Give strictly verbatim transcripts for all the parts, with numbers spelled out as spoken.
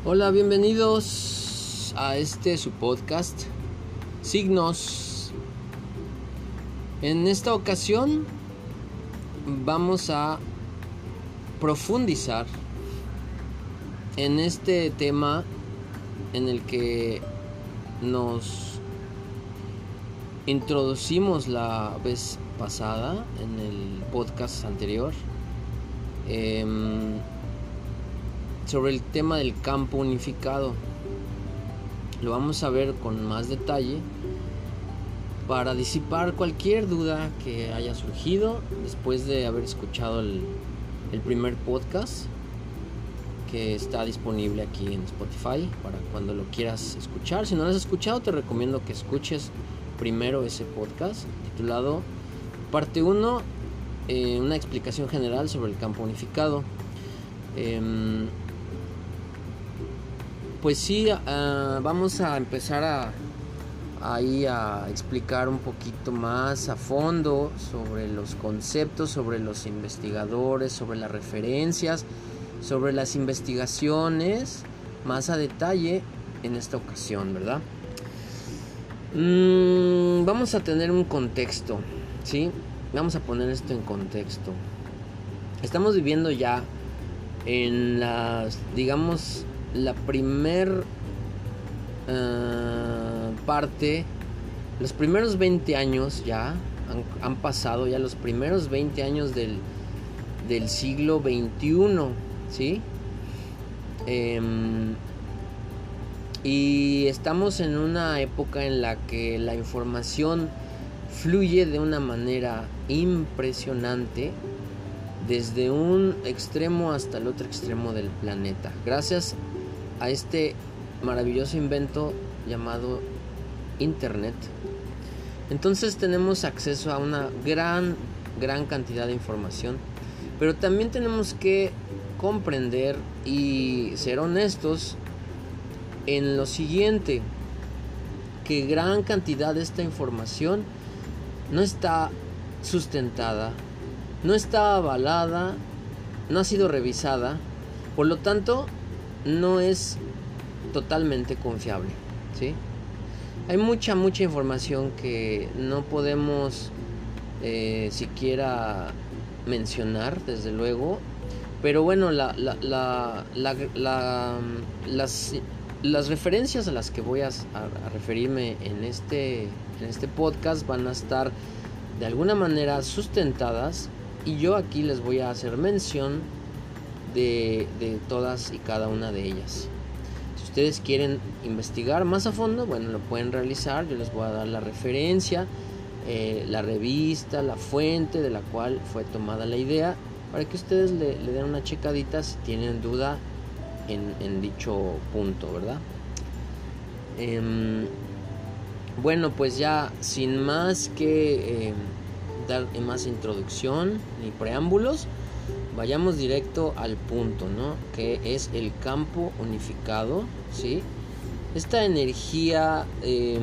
Hola, bienvenidos a este su podcast Signos. En esta ocasión vamos a profundizar en este tema en el que nos introducimos la vez pasada en el podcast anterior. Eh, sobre el tema del campo unificado. Lo vamos a ver con más detalle para disipar cualquier duda que haya surgido después de haber escuchado el, el primer podcast, que está disponible aquí en Spotify para cuando lo quieras escuchar. Si no lo has escuchado, te recomiendo que escuches primero ese podcast titulado Parte uno, eh, una explicación general sobre el campo unificado. Eh, Pues sí, uh, vamos a empezar a ahí a explicar un poquito más a fondo sobre los conceptos, sobre los investigadores, sobre las referencias, sobre las investigaciones, más a detalle en esta ocasión, ¿verdad? Mm, vamos a tener un contexto, ¿sí? Vamos a poner esto en contexto. Estamos viviendo ya en las, digamos, la primer uh, parte, los primeros veinte años ya han, han pasado, ya los primeros veinte años del, del siglo veintiuno, ¿sí? Eh, y estamos en una época en la que la información fluye de una manera impresionante desde un extremo hasta el otro extremo del planeta, gracias a este maravilloso invento llamado Internet. Entonces tenemos acceso a una gran, gran cantidad de información, pero también tenemos que comprender y ser honestos en lo siguiente, que gran cantidad de esta información no está sustentada, no está avalada, no ha sido revisada, por lo tanto no es totalmente confiable, ¿sí? Hay mucha, mucha información que no podemos eh, siquiera mencionar, desde luego, pero bueno, la, la, la, la, la, las, las referencias a las que voy a, a referirme en este, en este podcast van a estar de alguna manera sustentadas, y yo aquí les voy a hacer mención de, de todas y cada una de ellas. Si ustedes quieren investigar más a fondo, bueno, lo pueden realizar. Yo les voy a dar la referencia, eh, la revista, la fuente de la cual fue tomada la idea, para que ustedes le, le den una checadita si tienen duda en, en dicho punto, ¿verdad? Eh, bueno, pues ya sin más que eh, dar más introducción ni preámbulos, vayamos directo al punto, ¿no? Que es el campo unificado, ¿sí? Esta energía, eh,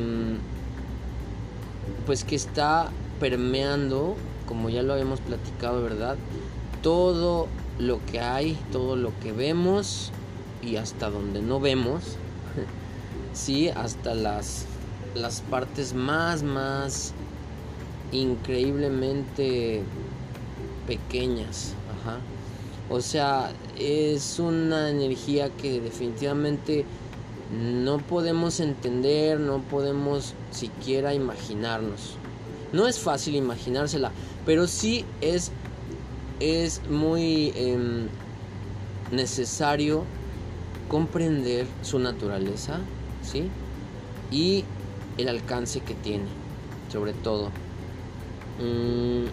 pues que está permeando, como ya lo habíamos platicado, ¿verdad? Todo lo que hay, todo lo que vemos y hasta donde no vemos, sí, hasta las, las partes más, más increíblemente pequeñas. Ajá. O sea, es una energía que definitivamente no podemos entender, no podemos siquiera imaginarnos. No es fácil imaginársela, pero sí es, es muy eh, necesario comprender su naturaleza, ¿sí? Y el alcance que tiene, sobre todo. Mm,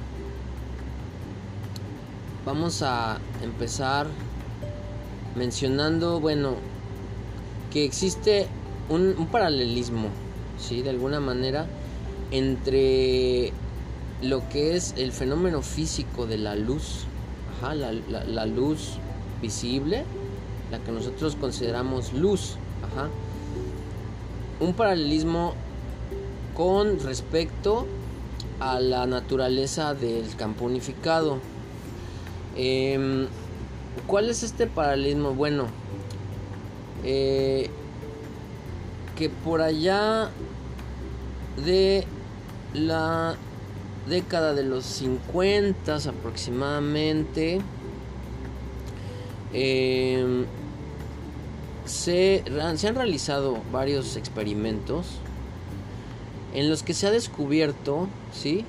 Vamos a empezar mencionando, bueno, que existe un, un paralelismo, ¿sí? De alguna manera, entre lo que es el fenómeno físico de la luz, ajá, la, la, la luz visible, la que nosotros consideramos luz, ajá, un paralelismo con respecto a la naturaleza del campo unificado. Eh, ¿Cuál es este paralelismo? Bueno, eh, que por allá de la década de los cincuenta aproximadamente, eh, se, se han realizado varios experimentos en los que se ha descubierto, ¿sí?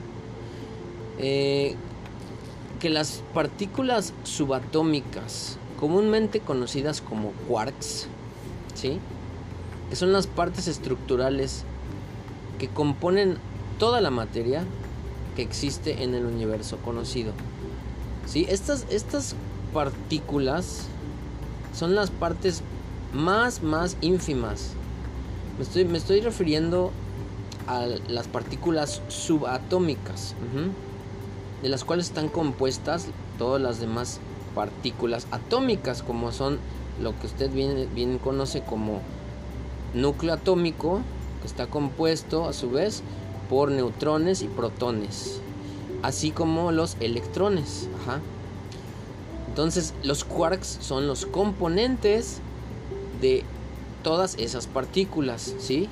Eh, que las partículas subatómicas, comúnmente conocidas como quarks, ¿sí? Que son las partes estructurales que componen toda la materia que existe en el universo conocido, ¿sí? Estas, estas partículas son las partes más, más ínfimas. Me estoy, me estoy refiriendo a las partículas subatómicas, uh-huh, de las cuales están compuestas todas las demás partículas atómicas, como son lo que usted bien, bien conoce como núcleo atómico, que está compuesto a su vez por neutrones y protones, así como los electrones. Ajá. Entonces los quarks son los componentes de todas esas partículas, ¿sí?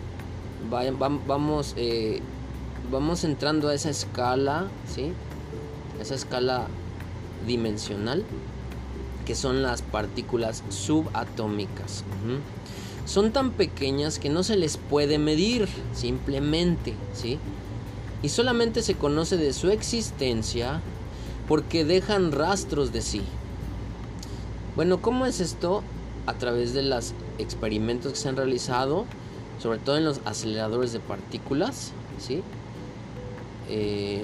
Vamos, eh, vamos entrando a esa escala, ¿sí? Esa escala dimensional, que son las partículas subatómicas. Uh-huh. Son tan pequeñas que no se les puede medir, simplemente, ¿sí? Y solamente se conoce de su existencia porque dejan rastros de sí. Bueno, ¿cómo es esto? A través de los experimentos que se han realizado, sobre todo en los aceleradores de partículas, ¿sí? Eh,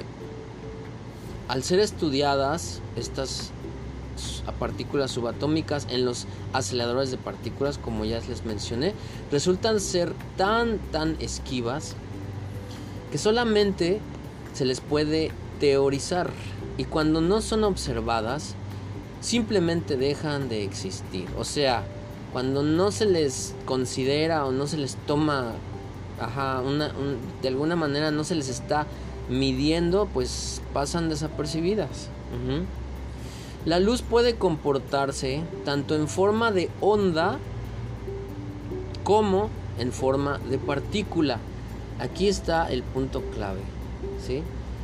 al ser estudiadas estas partículas subatómicas en los aceleradores de partículas, como ya les mencioné, resultan ser tan, tan esquivas que solamente se les puede teorizar, y cuando no son observadas simplemente dejan de existir. O sea, cuando no se les considera o no se les toma, ajá, una, un, de alguna manera no se les está midiendo, pues pasan desapercibidas. Uh-huh. La luz puede comportarse tanto en forma de onda como en forma de partícula. Aquí está el punto clave, ¿sí?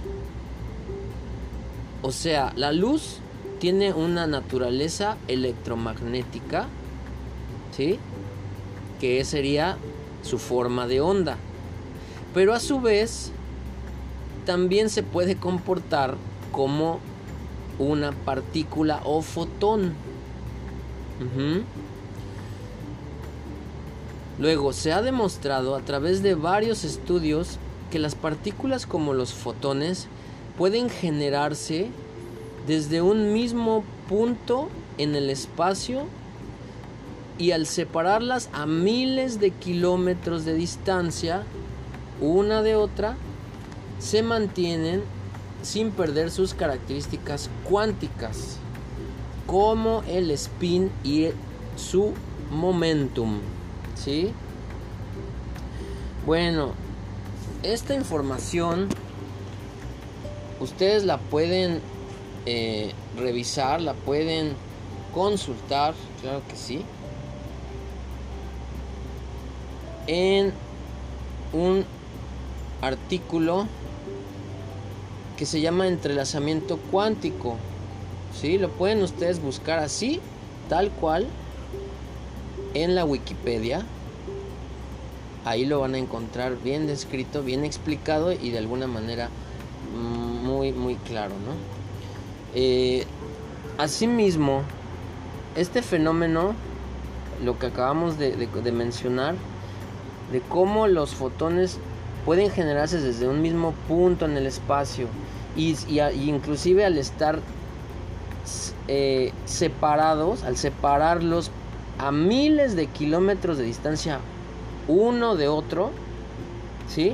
O sea, la luz tiene una naturaleza electromagnética, ¿sí? Que sería su forma de onda. Pero a su vez también se puede comportar como una partícula o fotón. Uh-huh. Luego se ha demostrado a través de varios estudios que las partículas como los fotones pueden generarse desde un mismo punto en el espacio, y al separarlas a miles de kilómetros de distancia una de otra, se mantienen sin perder sus características cuánticas, como el spin y su momentum, ¿sí? Bueno, esta información ustedes la pueden eh, revisar, la pueden consultar, claro que sí, en un artículo que se llama entrelazamiento cuántico, ¿sí? Lo pueden ustedes buscar así, tal cual, en la Wikipedia. Ahí lo van a encontrar bien descrito, bien explicado y de alguna manera muy, muy claro, ¿no? Eh, asimismo, este fenómeno, lo que acabamos de, de, de mencionar, de cómo los fotones pueden generarse desde un mismo punto en el espacio, y, y, y inclusive al estar eh, separados, al separarlos a miles de kilómetros de distancia uno de otro, ¿sí?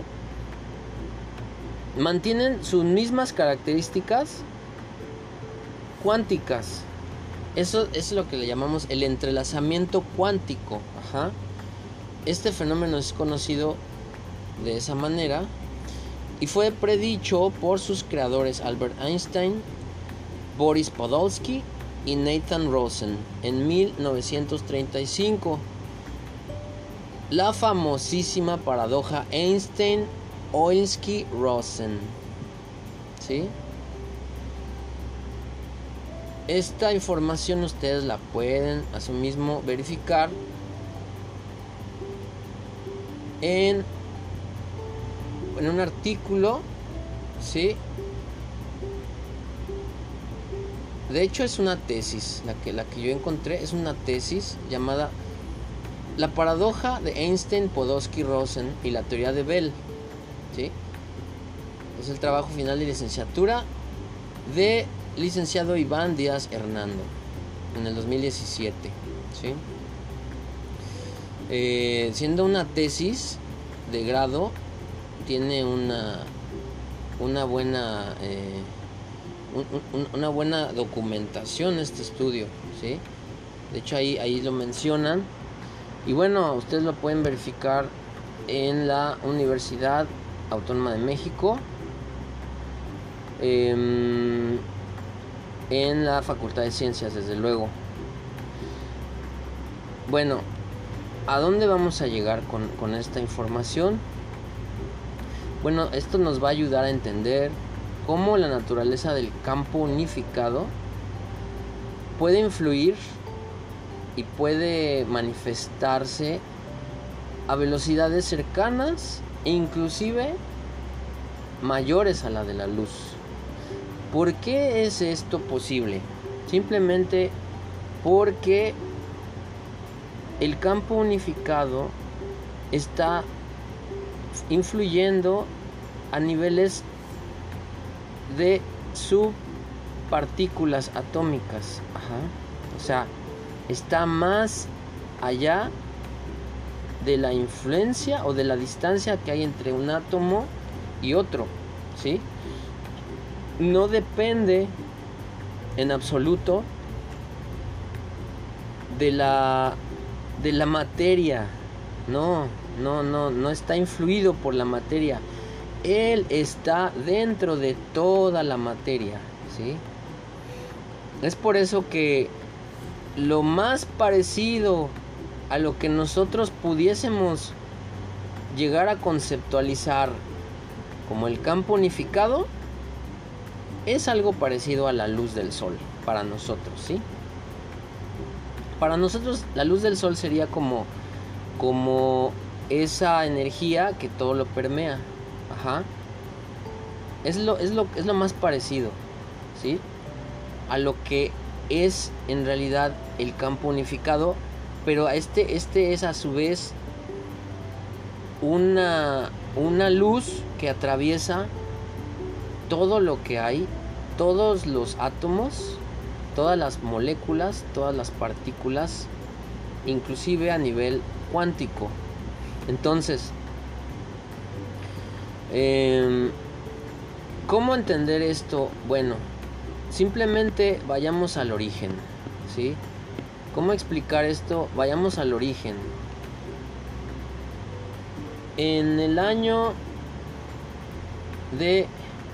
Mantienen sus mismas características cuánticas. Eso es lo que le llamamos el entrelazamiento cuántico. Ajá. Este fenómeno es conocido de esa manera y fue predicho por sus creadores Albert Einstein, Boris Podolsky y Nathan Rosen en mil novecientos treinta y cinco. La famosísima paradoja Einstein-Oinsky-Rosen. ¿Sí? Esta información ustedes la pueden asimismo verificar en, en un artículo, ¿sí? De hecho es una tesis, la que, la que yo encontré es una tesis llamada La paradoja de Einstein-Podolsky-Rosen y la teoría de Bell, ¿sí? Es el trabajo final de licenciatura de licenciado Iván Díaz Hernando en el dos mil diecisiete, ¿sí? Eh, siendo una tesis de grado, tiene una una buena eh, un, un, una buena documentación este estudio, ¿sí? De hecho ahí ahí lo mencionan y bueno, ustedes lo pueden verificar en la Universidad Autónoma de México, eh, en la Facultad de Ciencias, desde luego. Bueno, ¿a dónde vamos a llegar con, con esta información? Bueno, esto nos va a ayudar a entender cómo la naturaleza del campo unificado puede influir y puede manifestarse a velocidades cercanas e inclusive mayores a la de la luz. ¿Por qué es esto posible? Simplemente porque el campo unificado está influyendo a niveles de subpartículas atómicas. Ajá. O sea, está más allá de la influencia o de la distancia que hay entre un átomo y otro, ¿sí? No depende en absoluto de la de la materia. No, no, no, no está influido por la materia. Él está dentro de toda la materia, ¿sí? Es por eso que lo más parecido a lo que nosotros pudiésemos llegar a conceptualizar como el campo unificado es algo parecido a la luz del sol para nosotros, ¿sí? Para nosotros la luz del sol sería como, como esa energía que todo lo permea. Ajá. Es lo, es lo, es lo más parecido, ¿sí? A lo que es en realidad el campo unificado, pero este, este es a su vez una, una luz que atraviesa todo lo que hay, todos los átomos, todas las moléculas, todas las partículas, inclusive a nivel cuántico. Entonces, eh, ¿cómo entender esto? Bueno, simplemente vayamos al origen, ¿sí? ¿Cómo explicar esto? Vayamos al origen. En el año de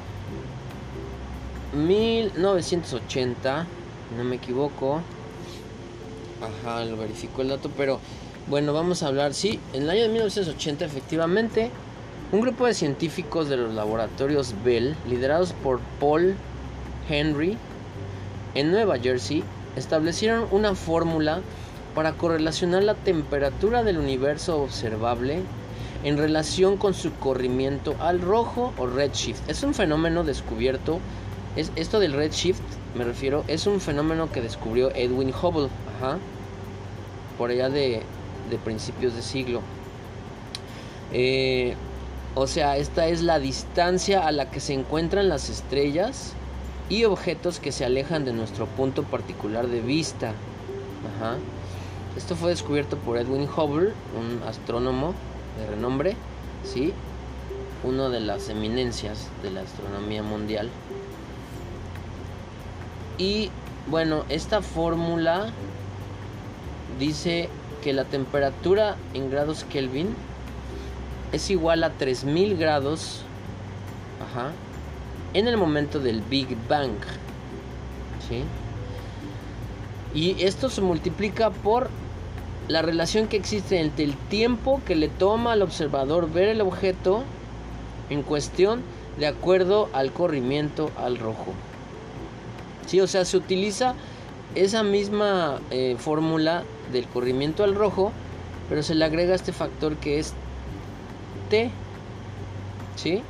mil novecientos ochenta, no me equivoco, ajá, lo verifico el dato, pero bueno, vamos a hablar, sí, en el año de mil novecientos ochenta efectivamente, un grupo de científicos de los laboratorios Bell, liderados por Paul Henry, en Nueva Jersey, establecieron una fórmula para correlacionar la temperatura del universo observable en relación con su corrimiento al rojo o redshift. Es un fenómeno descubierto. Es, esto del redshift, me refiero, es un fenómeno que descubrió Edwin Hubble, ajá, por allá de, de principios de siglo. Eh, o sea, esta es la distancia a la que se encuentran las estrellas y objetos que se alejan de nuestro punto particular de vista. Ajá. Esto fue descubierto por Edwin Hubble, un astrónomo de renombre, ¿sí? Uno de las eminencias de la astronomía mundial. Y bueno, esta fórmula dice que la temperatura en grados Kelvin es igual a tres mil grados, ajá, en el momento del Big Bang, ¿sí? Y esto se multiplica por la relación que existe entre el tiempo que le toma al observador ver el objeto en cuestión de acuerdo al corrimiento al rojo. Sí, o sea, se utiliza esa misma eh, fórmula del corrimiento al rojo, pero se le agrega este factor que es T, ¿sí?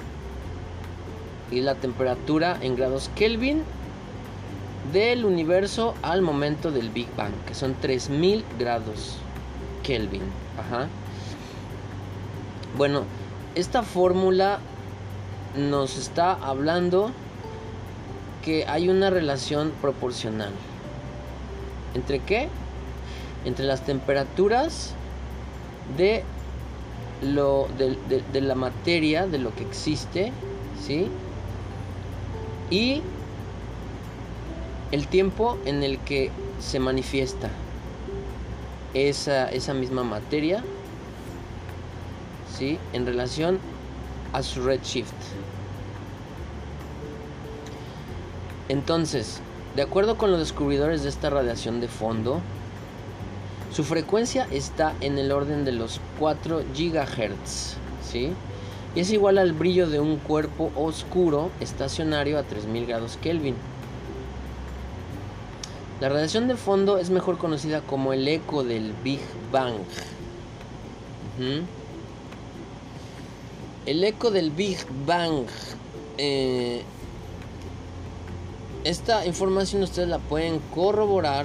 Y la temperatura en grados Kelvin del universo al momento del Big Bang, que son tres mil grados Kelvin. Ajá. Bueno, esta fórmula nos está hablando que hay una relación proporcional. ¿Entre qué? Entre las temperaturas de, lo, de, de, de la materia, de lo que existe, ¿sí? Y el tiempo en el que se manifiesta esa, esa misma materia, ¿sí? En relación a su redshift. Entonces, de acuerdo con los descubridores de esta radiación de fondo, su frecuencia está en el orden de los cuatro gigahertz, ¿sí? Y es igual al brillo de un cuerpo oscuro estacionario a tres mil grados Kelvin. La radiación de fondo es mejor conocida como el eco del Big Bang. Uh-huh. El eco del Big Bang. Eh, esta información ustedes la pueden corroborar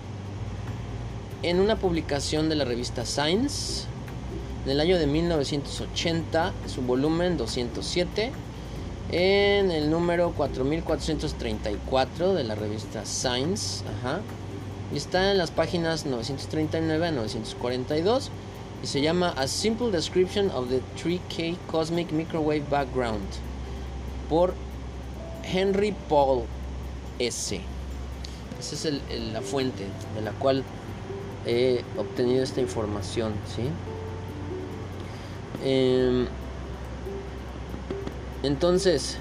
en una publicación de la revista Science en el año de mil novecientos ochenta, su volumen doscientos siete, en el número cuatro mil cuatrocientos treinta y cuatro de la revista Science. Ajá. Y está en las páginas novecientos treinta y nueve a novecientos cuarenta y dos y se llama A Simple Description of the three K Cosmic Microwave Background por Henry Paul S. Esa es el, el, la fuente de la cual he obtenido esta información, ¿sí? Eh, entonces,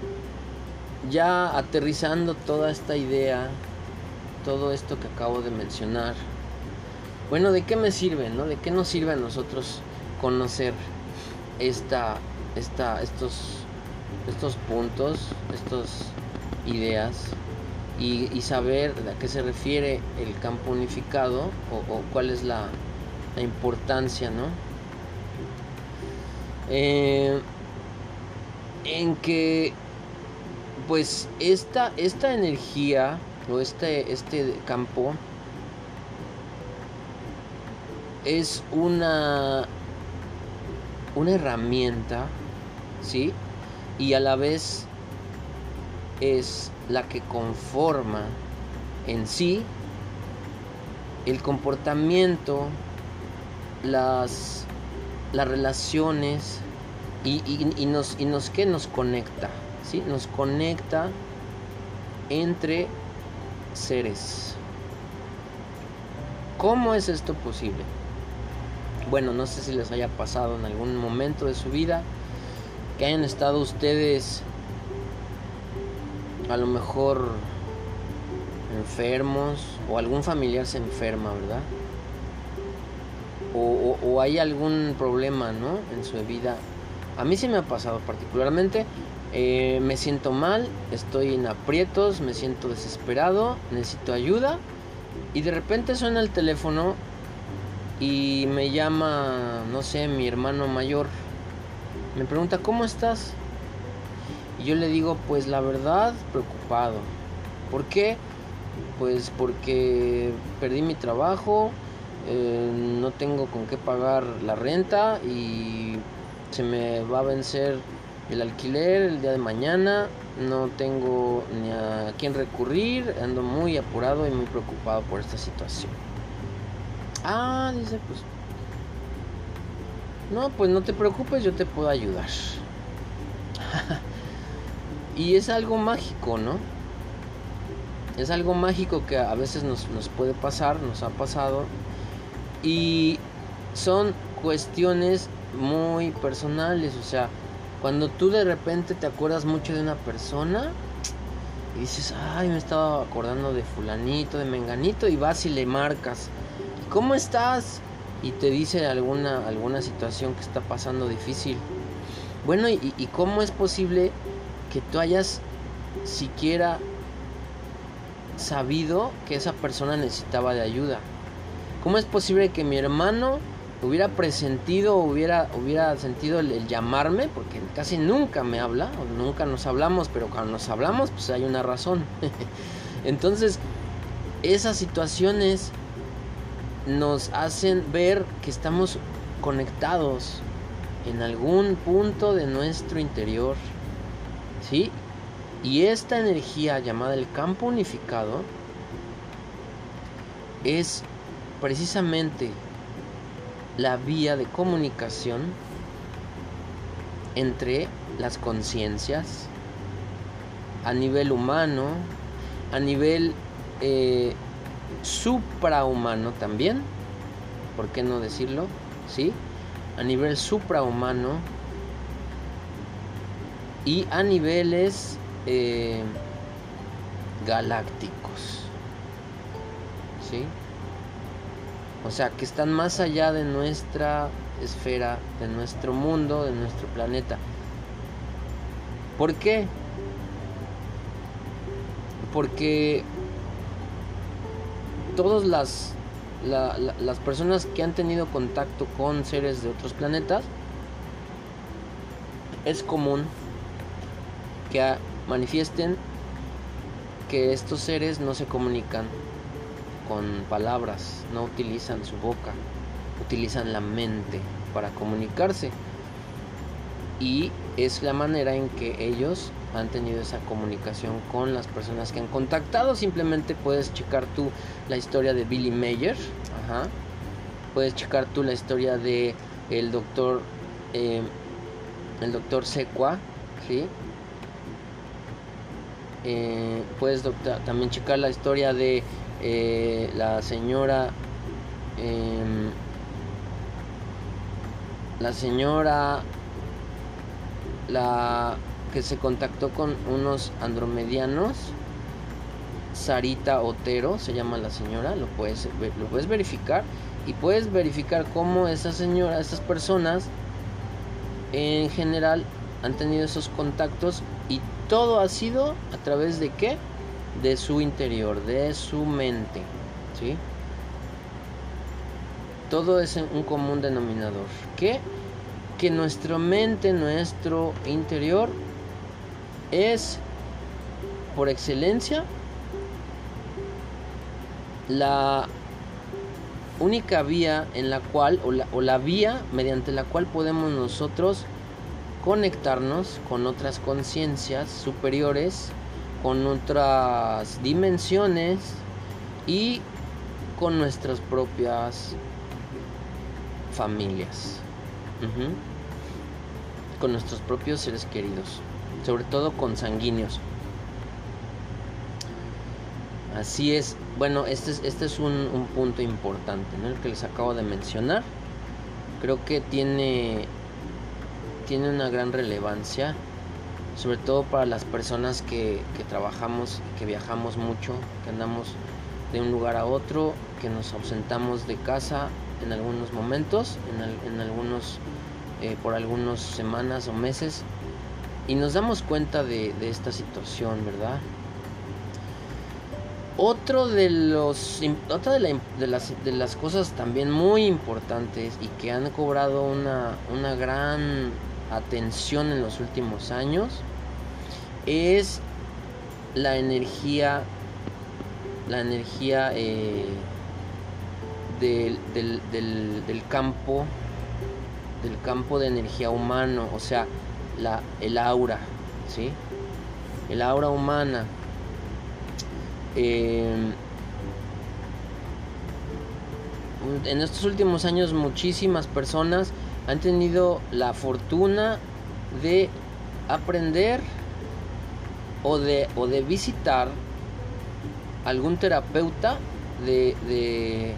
ya aterrizando toda esta idea, todo esto que acabo de mencionar, bueno, ¿de qué me sirve, no? ¿De qué nos sirve a nosotros conocer esta, esta, estos, estos puntos, estas ideas y, y saber a qué se refiere el campo unificado o, o cuál es la, la importancia, ¿no? Eh, en que pues esta, esta energía o este, este campo es una una herramienta, ¿sí? Y a la vez es la que conforma en sí el comportamiento, las las relaciones y, y, y nos y nos que nos conecta, ¿sí? Nos conecta entre seres. ¿Cómo es esto posible? Bueno, no sé si les haya pasado en algún momento de su vida que hayan estado ustedes a lo mejor enfermos o algún familiar se enferma, ¿verdad? O, o, o hay algún problema, ¿no? En su vida. A mí sí me ha pasado particularmente. Eh, me siento mal, estoy en aprietos, me siento desesperado, necesito ayuda. Y de repente suena el teléfono y me llama, no sé, mi hermano mayor. Me pregunta, ¿cómo estás? Y yo le digo, pues la verdad, preocupado. ¿Por qué? Pues porque perdí mi trabajo. Eh, no tengo con qué pagar la renta y se me va a vencer el alquiler el día de mañana. No tengo ni a quién recurrir. Ando muy apurado y muy preocupado por esta situación. Ah, dice, pues no, pues no te preocupes, yo te puedo ayudar. Y es algo mágico, ¿no? Es algo mágico que a veces nos, nos puede pasar, nos ha pasado. Y son cuestiones muy personales. O sea, cuando tú de repente te acuerdas mucho de una persona, y dices, ay, me estaba acordando de fulanito, de menganito, y vas y le marcas, ¿cómo estás? Y te dice alguna, alguna situación que está pasando difícil. Bueno, ¿y, y cómo es posible que tú hayas siquiera sabido que esa persona necesitaba de ayuda? ¿Cómo es posible que mi hermano hubiera presentido, hubiera, hubiera sentido el, el llamarme? Porque casi nunca me habla, o nunca nos hablamos, pero cuando nos hablamos, pues hay una razón. Entonces, esas situaciones nos hacen ver que estamos conectados en algún punto de nuestro interior, ¿sí? Y esta energía llamada el campo unificado es precisamente la vía de comunicación entre las conciencias a nivel humano, a nivel eh, suprahumano también, ¿por qué no decirlo? ¿Sí? A nivel suprahumano y a niveles eh, galácticos, ¿sí? O sea, que están más allá de nuestra esfera, de nuestro mundo, de nuestro planeta. ¿Por qué? Porque todas las, la, la, las personas que han tenido contacto con seres de otros planetas, es común que manifiesten que estos seres no se comunican con palabras, no utilizan su boca, utilizan la mente para comunicarse, y es la manera en que ellos han tenido esa comunicación con las personas que han contactado. Simplemente puedes checar tú la historia de Billy Mayer, ajá. Puedes checar tú la historia de el doctor eh, el doctor Secua, ¿sí? Eh, puedes doctor, también checar la historia de eh, la señora eh, la señora la que se contactó con unos andromedianos, Sarita Otero se llama la señora. Lo puedes, lo puedes verificar, y puedes verificar cómo esa señora, esas personas en general han tenido esos contactos, y todo ha sido a través de ¿qué? De su interior, de su mente, ¿sí? Todo es un común denominador, ¿qué? Que nuestra mente, nuestro interior es por excelencia la única vía en la cual, o la, o la vía mediante la cual podemos nosotros conectarnos con otras conciencias superiores, con otras dimensiones y con nuestras propias familias, uh-huh. con nuestros propios seres queridos, sobre todo con sanguíneos. Así es. Bueno, este es, este es un, un punto importante, ¿no? El que les acabo de mencionar. Creo que tiene, tiene una gran relevancia, sobre todo para las personas que, que trabajamos, que viajamos mucho, que andamos de un lugar a otro, que nos ausentamos de casa en algunos momentos, en, al, en algunos, eh, por algunas semanas o meses, y nos damos cuenta de, de esta situación, ¿verdad? Otro de los, otra de, la, de, las, de las cosas también muy importantes y que han cobrado una, una gran atención en los últimos años es la energía, la energía eh, del, del, del, del campo, del campo de energía humano, o sea, la, el aura, ¿sí? El aura humana. Eh, en estos últimos años muchísimas personas han tenido la fortuna de aprender o de, o de visitar algún terapeuta de, de,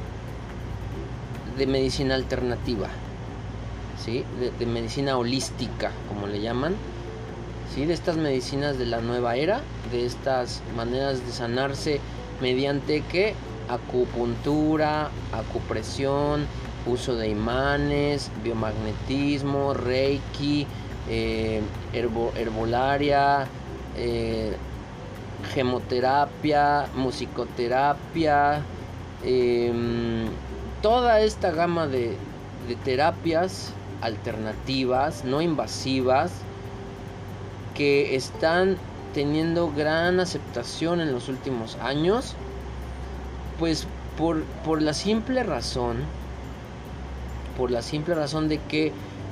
de medicina alternativa, ¿sí? de, de medicina holística, como le llaman, ¿sí? De estas medicinas de la nueva era, de estas maneras de sanarse mediante ¿qué? Acupuntura, acupresión, uso de imanes, biomagnetismo, reiki, eh, herbo, herbolaria, eh, gemoterapia, musicoterapia, eh, toda esta gama de, de terapias alternativas, no invasivas, que están teniendo gran aceptación en los últimos años, pues por, por la simple razón, por la simple razón de que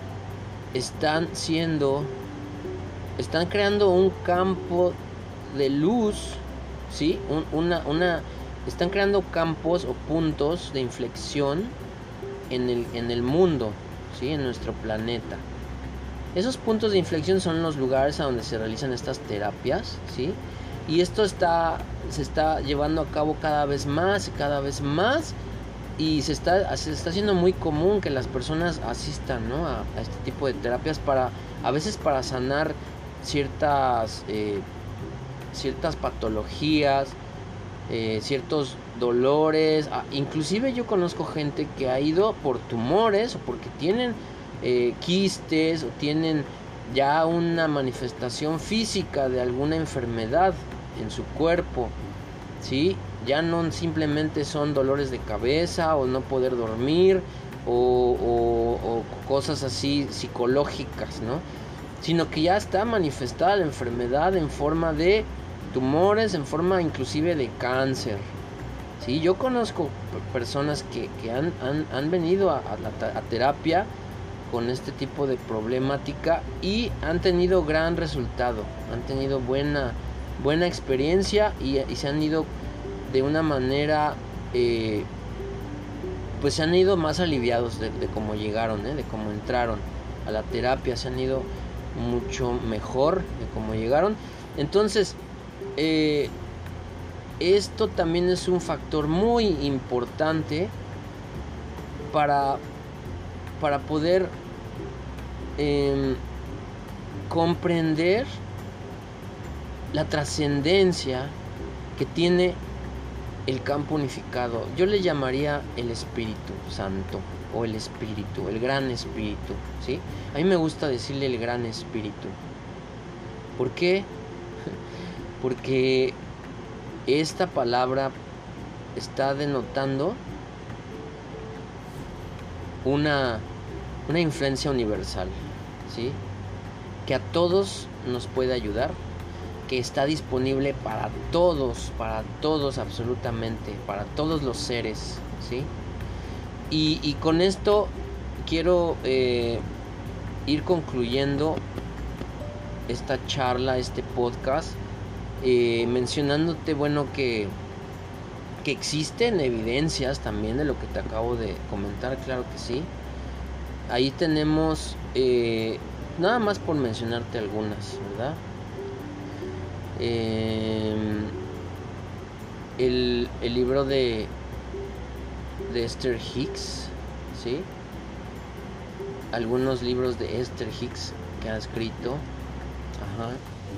están siendo, están creando un campo de luz, ¿sí? Un, una, una, están creando campos o puntos de inflexión en el, en el mundo, ¿sí? En nuestro planeta. Esos puntos de inflexión son los lugares a donde se realizan estas terapias, ¿sí? Y esto está, se está llevando a cabo cada vez más y cada vez más. Y se está, se está haciendo muy común que las personas asistan, ¿no? a, a este tipo de terapias para, a veces para sanar ciertas, eh, ciertas patologías, eh, ciertos dolores. Ah, inclusive yo conozco gente que ha ido por tumores o porque tienen eh, quistes o tienen ya una manifestación física de alguna enfermedad en su cuerpo, ¿sí? Ya no simplemente son dolores de cabeza o no poder dormir o, o, o cosas así psicológicas, ¿no? Sino que ya está manifestada la enfermedad en forma de tumores, en forma inclusive de cáncer, ¿sí? Yo conozco personas que, que han, han, han venido a, a, la, a terapia con este tipo de problemática y han tenido gran resultado, han tenido buena, buena experiencia y, y se han ido de una manera, eh, pues se han ido más aliviados de, de cómo llegaron, ¿eh? De cómo entraron a la terapia, se han ido mucho mejor de cómo llegaron. Entonces, eh, esto también es un factor muy importante para, para poder eh, comprender la trascendencia que tiene el campo unificado. Yo le llamaría el Espíritu Santo o el Espíritu, el Gran Espíritu, ¿sí? A mí me gusta decirle el Gran Espíritu. ¿Por qué? Porque esta palabra está denotando una, una influencia universal, ¿sí? Que a todos nos puede ayudar, que está disponible para todos, para todos absolutamente, para todos los seres, ¿sí? Y, y con esto quiero eh, ir concluyendo esta charla, este podcast, eh, mencionándote, bueno, que, que existen evidencias también de lo que te acabo de comentar, claro que sí. Ahí tenemos, eh, nada más por mencionarte algunas, ¿verdad? Eh, el, el libro de, de Esther Hicks, ¿sí? Algunos libros de Esther Hicks que ha escrito. Ajá.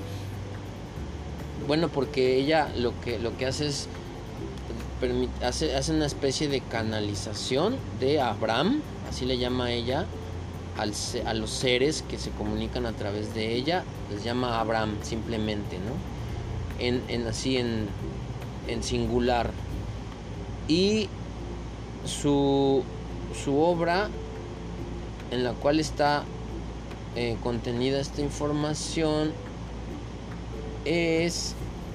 Bueno, porque ella lo que, lo que hace es permite, hace, hace una especie de canalización de Abraham, así le llama ella, al, a los seres que se comunican a través de ella, les llama Abraham simplemente, ¿no? En, en así en, en singular. Y su, su obra, en la cual está eh, contenida esta información, es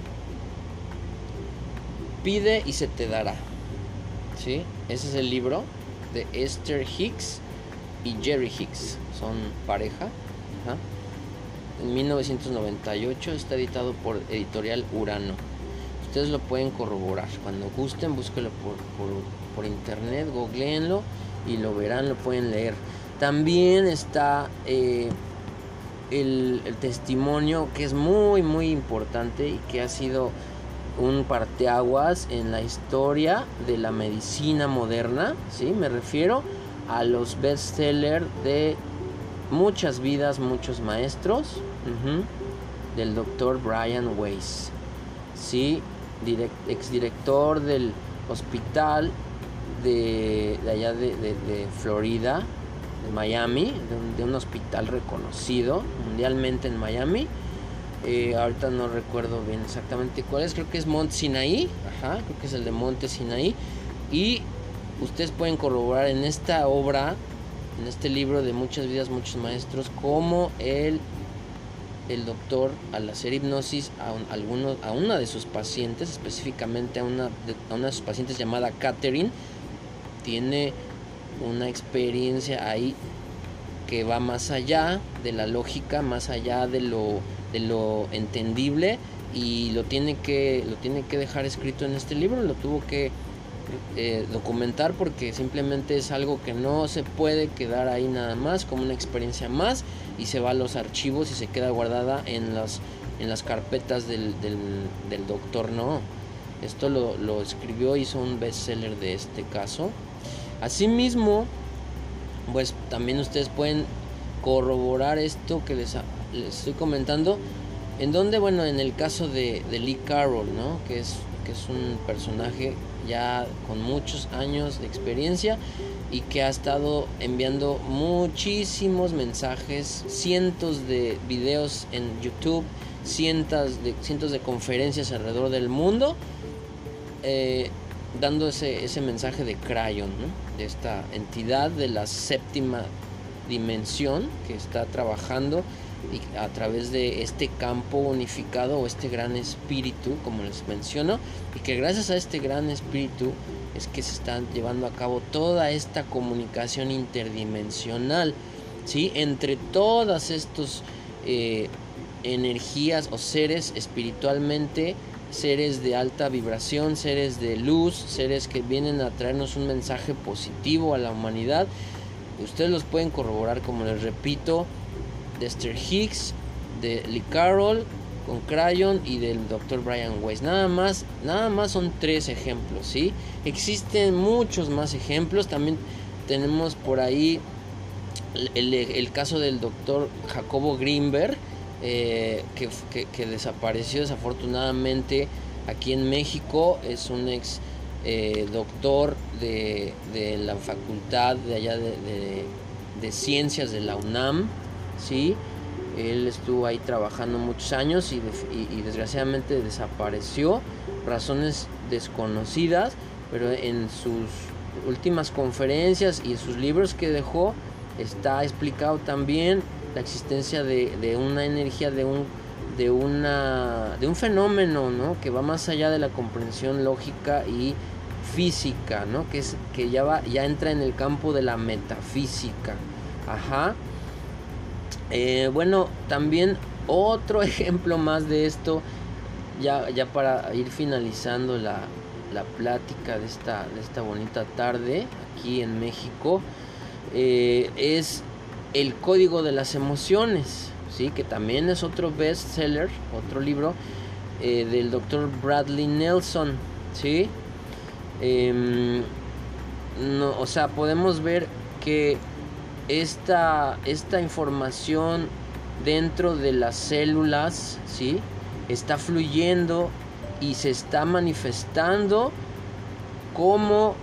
Pide y se te dará, ¿sí? Ese es el libro de Esther Hicks y Jerry Hicks, son pareja. ¿Ah? En mil novecientos noventa y ocho, está editado por Editorial Urano. Ustedes lo pueden corroborar, cuando gusten, búsquenlo por, por, por internet, googleenlo y lo verán, lo pueden leer. También está eh, el, el testimonio, que es muy muy importante y que ha sido un parteaguas en la historia de la medicina moderna, ¿sí? Me refiero a los bestsellers de muchas vidas, muchos maestros. Uh-huh. del doctor Brian Weiss, ¿sí? Direct, exdirector del hospital de, de allá de, de, de Florida, de Miami, de un, de un hospital reconocido mundialmente en Miami. Eh, ahorita no recuerdo bien exactamente cuál es, creo que es Monte Sinaí, ajá, creo que es el de Monte Sinaí. Y ustedes pueden corroborar en esta obra, en este libro de Muchas vidas, muchos maestros, cómo el, el doctor, al hacer hipnosis a, un, alguno, a una de sus pacientes, específicamente a una, de, a una de sus pacientes llamada Catherine, tiene una experiencia ahí que va más allá de la lógica, más allá de lo, de lo entendible, y lo tiene que, lo tiene que dejar escrito en este libro. Lo tuvo que eh, documentar, porque simplemente es algo que no se puede quedar ahí nada más como una experiencia más, y se va a los archivos y se queda guardada en las, en las carpetas del, del, del doctor. No, esto lo, lo escribió, hizo un bestseller de este caso. Asimismo, pues también ustedes pueden corroborar esto que les, les estoy comentando, en donde, bueno, en el caso de, de Lee Carroll, ¿no? que es, que es un personaje ya con muchos años de experiencia y que ha estado enviando muchísimos mensajes, cientos de videos en YouTube, cientos de, cientos de conferencias alrededor del mundo, eh, dando ese, ese mensaje de Cryon, ¿no? De esta entidad de la séptima dimensión que está trabajando y a través de este campo unificado, o este gran espíritu, como les menciono, y que gracias a este gran espíritu es que se está llevando a cabo toda esta comunicación interdimensional, ¿sí? Entre todas estas eh, energías o seres espiritualmente, seres de alta vibración, seres de luz, seres que vienen a traernos un mensaje positivo a la humanidad. Ustedes los pueden corroborar, como les repito, de Esther Hicks, de Lee Carroll con Cryon y del doctor Brian Weiss. Nada más, nada más son tres ejemplos, ¿sí? Existen muchos más ejemplos. También tenemos por ahí el, el, el caso del doctor Jacobo Greenberg, eh, que, que, que desapareció desafortunadamente aquí en México. Es un ex eh, doctor de, de la facultad de allá de, de, de ciencias de la UNAM, ¿sí? Él estuvo ahí trabajando muchos años y, de, y, y desgraciadamente desapareció, razones desconocidas, pero en sus últimas conferencias y en sus libros que dejó está explicado también la existencia de, de una energía, de un, de, una, de un fenómeno, ¿no? Que va más allá de la comprensión lógica y física, ¿no? Que, es, que ya, va, ya entra en el campo de la metafísica. Ajá. Eh, bueno, también otro ejemplo más de esto, ya, ya para ir finalizando la, la plática de esta, de esta bonita tarde aquí en México, eh, es El Código de las Emociones, ¿sí? Que también es otro bestseller, otro libro eh, del doctor Bradley Nelson, ¿sí? Eh, no, o sea, podemos ver que Esta, esta información dentro de las células, ¿sí? Está fluyendo y se está manifestando como,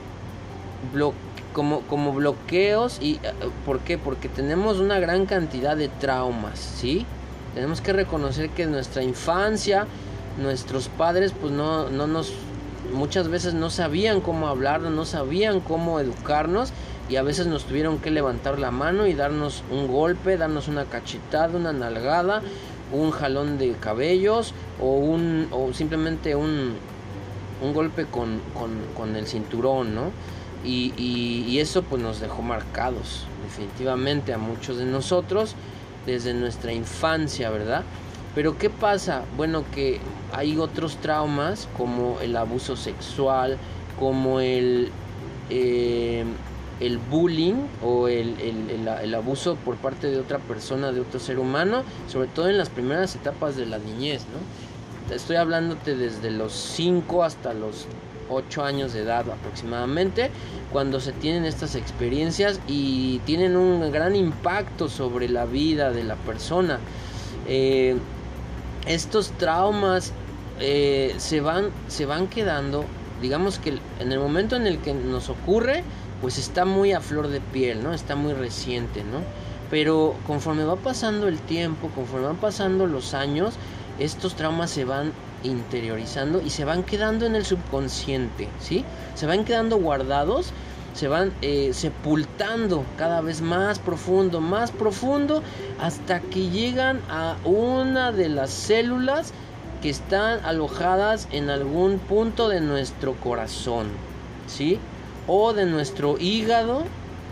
blo como, como bloqueos. ¿Y por qué? Porque tenemos una gran cantidad de traumas, ¿sí? Tenemos que reconocer que en nuestra infancia nuestros padres pues no, no nos, muchas veces no sabían cómo hablarnos, no sabían cómo educarnos, y a veces nos tuvieron que levantar la mano y darnos un golpe, darnos una cachetada, una nalgada, un jalón de cabellos, o un o simplemente un, un golpe con, con, con el cinturón, ¿no? Y, y, y eso pues nos dejó marcados definitivamente a muchos de nosotros desde nuestra infancia, ¿verdad? Pero ¿qué pasa? Bueno, que hay otros traumas como el abuso sexual, como el... Eh, el bullying o el, el, el, el abuso por parte de otra persona, de otro ser humano, sobre todo en las primeras etapas de la niñez, ¿no? Estoy hablándote desde los cinco hasta los ocho años de edad aproximadamente, cuando se tienen estas experiencias y tienen un gran impacto sobre la vida de la persona. Eh, estos traumas eh, se van, se van quedando, digamos que en el momento en el que nos ocurre, pues está muy a flor de piel, ¿no? Está muy reciente, ¿no? Pero conforme va pasando el tiempo, conforme van pasando los años, estos traumas se van interiorizando y se van quedando en el subconsciente, ¿sí? Se van quedando guardados, se van eh, sepultando cada vez más profundo, más profundo, hasta que llegan a una de las células que están alojadas en algún punto de nuestro corazón, ¿sí? O de nuestro hígado,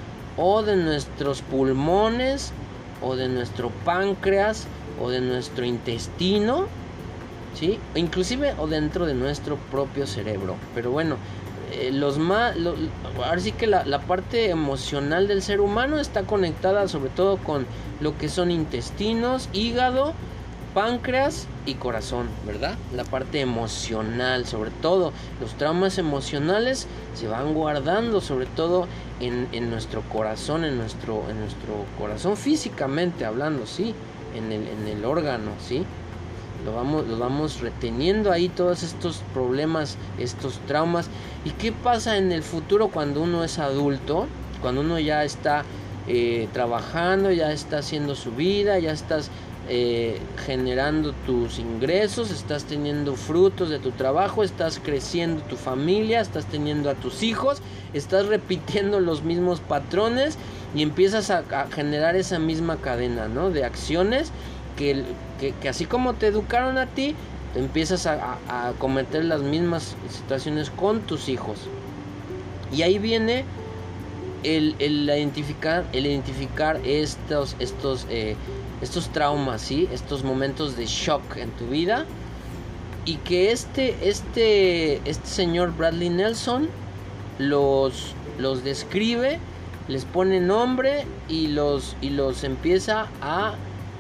o de nuestros pulmones, o de nuestro páncreas, o de nuestro intestino, ¿sí? Inclusive o dentro de nuestro propio cerebro. Pero bueno, eh, los más, lo, ahora sí que la, la parte emocional del ser humano está conectada sobre todo con lo que son intestinos, hígado, páncreas y corazón, ¿verdad? La parte emocional, sobre todo los traumas emocionales se van guardando sobre todo en, en nuestro corazón, en nuestro, en nuestro corazón físicamente hablando, sí, en el, en el órgano, sí. Lo vamos, lo vamos reteniendo ahí, todos estos problemas, estos traumas. ¿Y qué pasa en el futuro cuando uno es adulto? Cuando uno ya está eh, trabajando, ya está haciendo su vida, ya estás eh, generando tus ingresos, estás teniendo frutos de tu trabajo, estás creciendo tu familia, estás teniendo a tus hijos, estás repitiendo los mismos patrones y empiezas a, a generar esa misma cadena, ¿no? De acciones que, que, que así como te educaron a ti, te empiezas a, a, a cometer las mismas situaciones con tus hijos. Y ahí viene el, el identificar, el identificar estos, estos, eh, estos traumas, ¿sí? Estos momentos de shock en tu vida. Y que este, este, este señor Bradley Nelson los, los describe, les pone nombre y los, y los empieza a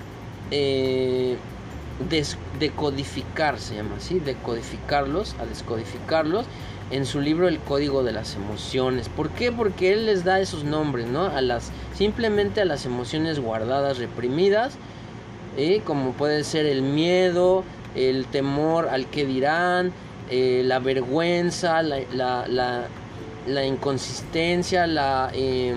eh, des, decodificar, se llama así, decodificarlos, a descodificarlos en su libro El Código de las Emociones. ¿Por qué? Porque él les da esos nombres, ¿no? A las, simplemente a las emociones guardadas, reprimidas, ¿eh? Como puede ser el miedo, el temor al que dirán, eh, la vergüenza, la, la, la, la inconsistencia, la, eh,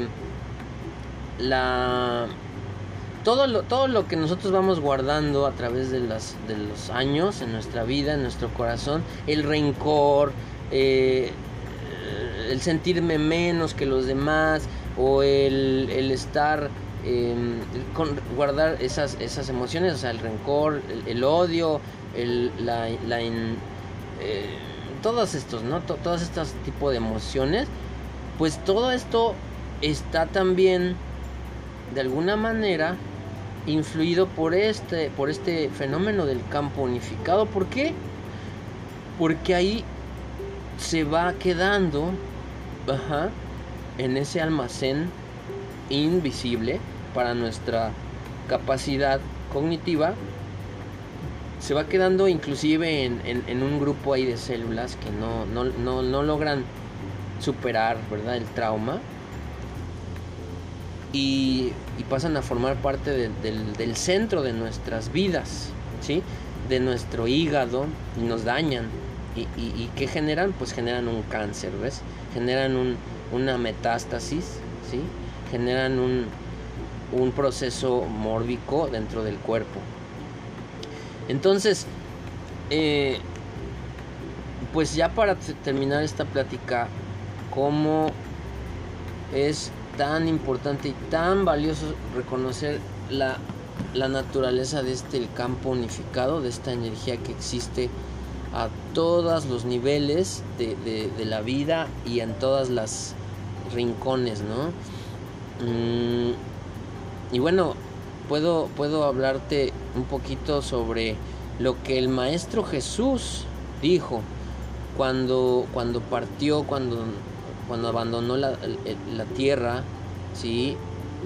la todo lo, todo lo que nosotros vamos guardando a través de, las, de los años en nuestra vida, en nuestro corazón, el rencor, eh, el sentirme menos que los demás, o el, el estar eh, con, guardar esas, esas emociones, o sea, el rencor, el, el odio, el, la, la in, eh, todos estos, ¿no? T- todos estos tipos de emociones, pues todo esto está también de alguna manera influido por este, por este fenómeno del campo unificado. ¿Por qué? Porque ahí se va quedando, ajá, en ese almacén invisible para nuestra capacidad cognitiva, se va quedando inclusive en, en, en un grupo ahí de células que no, no, no, no logran superar, ¿verdad?, el trauma. Y, y pasan a formar parte de, del, del centro de nuestras vidas, ¿sí? De nuestro hígado, y nos dañan. ¿Y, y, y qué generan? Pues generan un cáncer, ¿ves? Generan un, una metástasis, ¿sí? Generan un, un proceso mórbico dentro del cuerpo. Entonces, eh, pues ya para t- terminar esta plática, ¿cómo es tan importante y tan valioso reconocer la, la naturaleza de este el campo unificado, de esta energía que existe a todos los niveles de, de, de la vida y en todas las rincones, ¿no? Mm, y bueno, puedo, puedo hablarte un poquito sobre lo que el Maestro Jesús dijo cuando, cuando partió, cuando... cuando abandonó la, la tierra, ¿sí?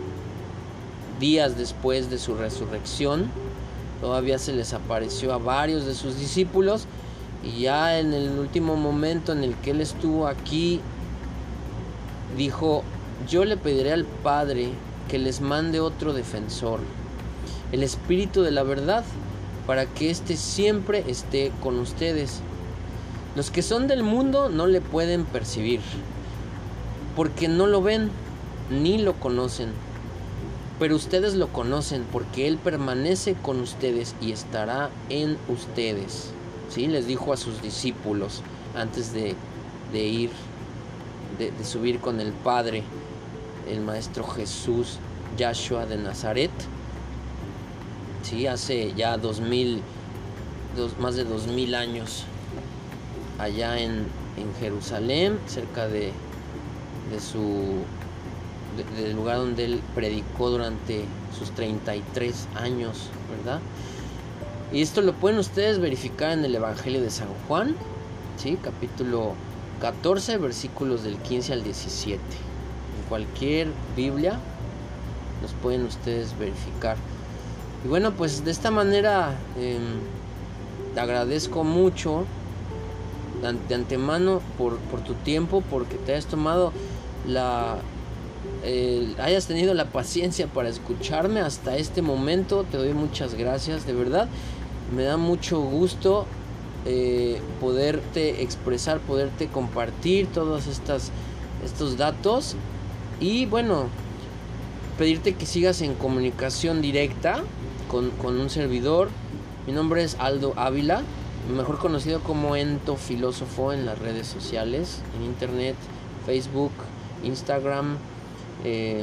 Días después de su resurrección, todavía se les apareció a varios de sus discípulos, y ya en el último momento en el que él estuvo aquí, dijo: yo le pediré al Padre que les mande otro defensor, el Espíritu de la verdad, para que éste siempre esté con ustedes. Los que son del mundo no le pueden percibir, porque no lo ven ni lo conocen. Pero ustedes lo conocen, porque Él permanece con ustedes y estará en ustedes. ¿Sí? Les dijo a sus discípulos antes de, de ir, de, de subir con el Padre, el Maestro Jesús, Yahshua de Nazaret. Sí, hace ya dos mil, dos, más de dos mil años, allá en, en Jerusalén, cerca de, de su de, del lugar donde él predicó durante sus treinta y tres años, ¿verdad? Y esto lo pueden ustedes verificar en el Evangelio de San Juan, ¿sí? Capítulo catorce, versículos del quince al diecisiete. En cualquier Biblia los pueden ustedes verificar. Y bueno, pues de esta manera eh, te agradezco mucho de antemano por, por tu tiempo, porque te hayas tomado la eh, hayas tenido la paciencia para escucharme hasta este momento. Te doy muchas gracias, de verdad. Me da mucho gusto eh, poderte expresar, poderte compartir todos estas, estos datos. Y bueno, pedirte que sigas en comunicación directa con, con un servidor. Mi nombre es Aldo Ávila, mejor conocido como Ento Filósofo en las redes sociales, en internet, Facebook, Instagram, eh,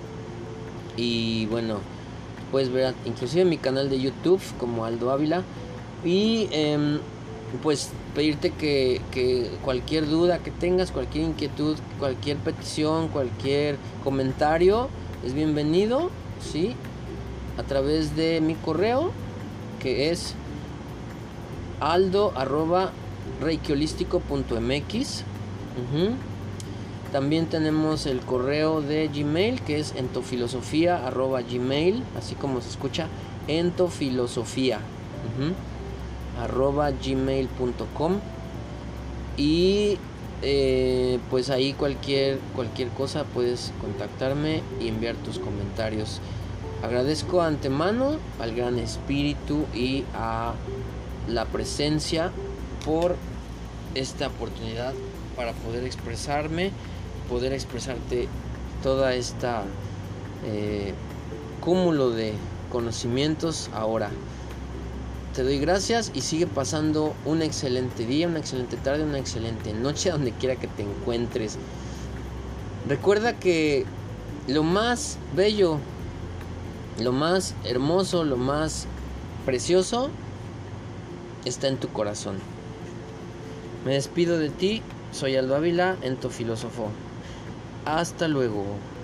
y bueno, puedes ver inclusive mi canal de YouTube como Aldo Ávila. Y eh, pues pedirte que, que cualquier duda que tengas, cualquier inquietud, cualquier petición, cualquier comentario es bienvenido, ¿sí? A través de mi correo, que es aldo arroba reikiholístico punto mx. uh-huh. También tenemos el correo de Gmail, que es entofilosofía arroba gmail, así como se escucha, entofilosofía uh-huh. arroba gmail punto com. Y eh, pues ahí cualquier, cualquier cosa puedes contactarme y enviar tus comentarios. Agradezco antemano al Gran Espíritu y a la presencia por esta oportunidad para poder expresarme, poder expresarte toda esta eh, cúmulo de conocimientos ahora. Te doy gracias y sigue pasando un excelente día, una excelente tarde, una excelente noche donde quiera que te encuentres. Recuerda que lo más bello, lo más hermoso, lo más precioso está en tu corazón. Me despido de ti, soy Aldo Ávila, Ento Filósofo. Hasta luego.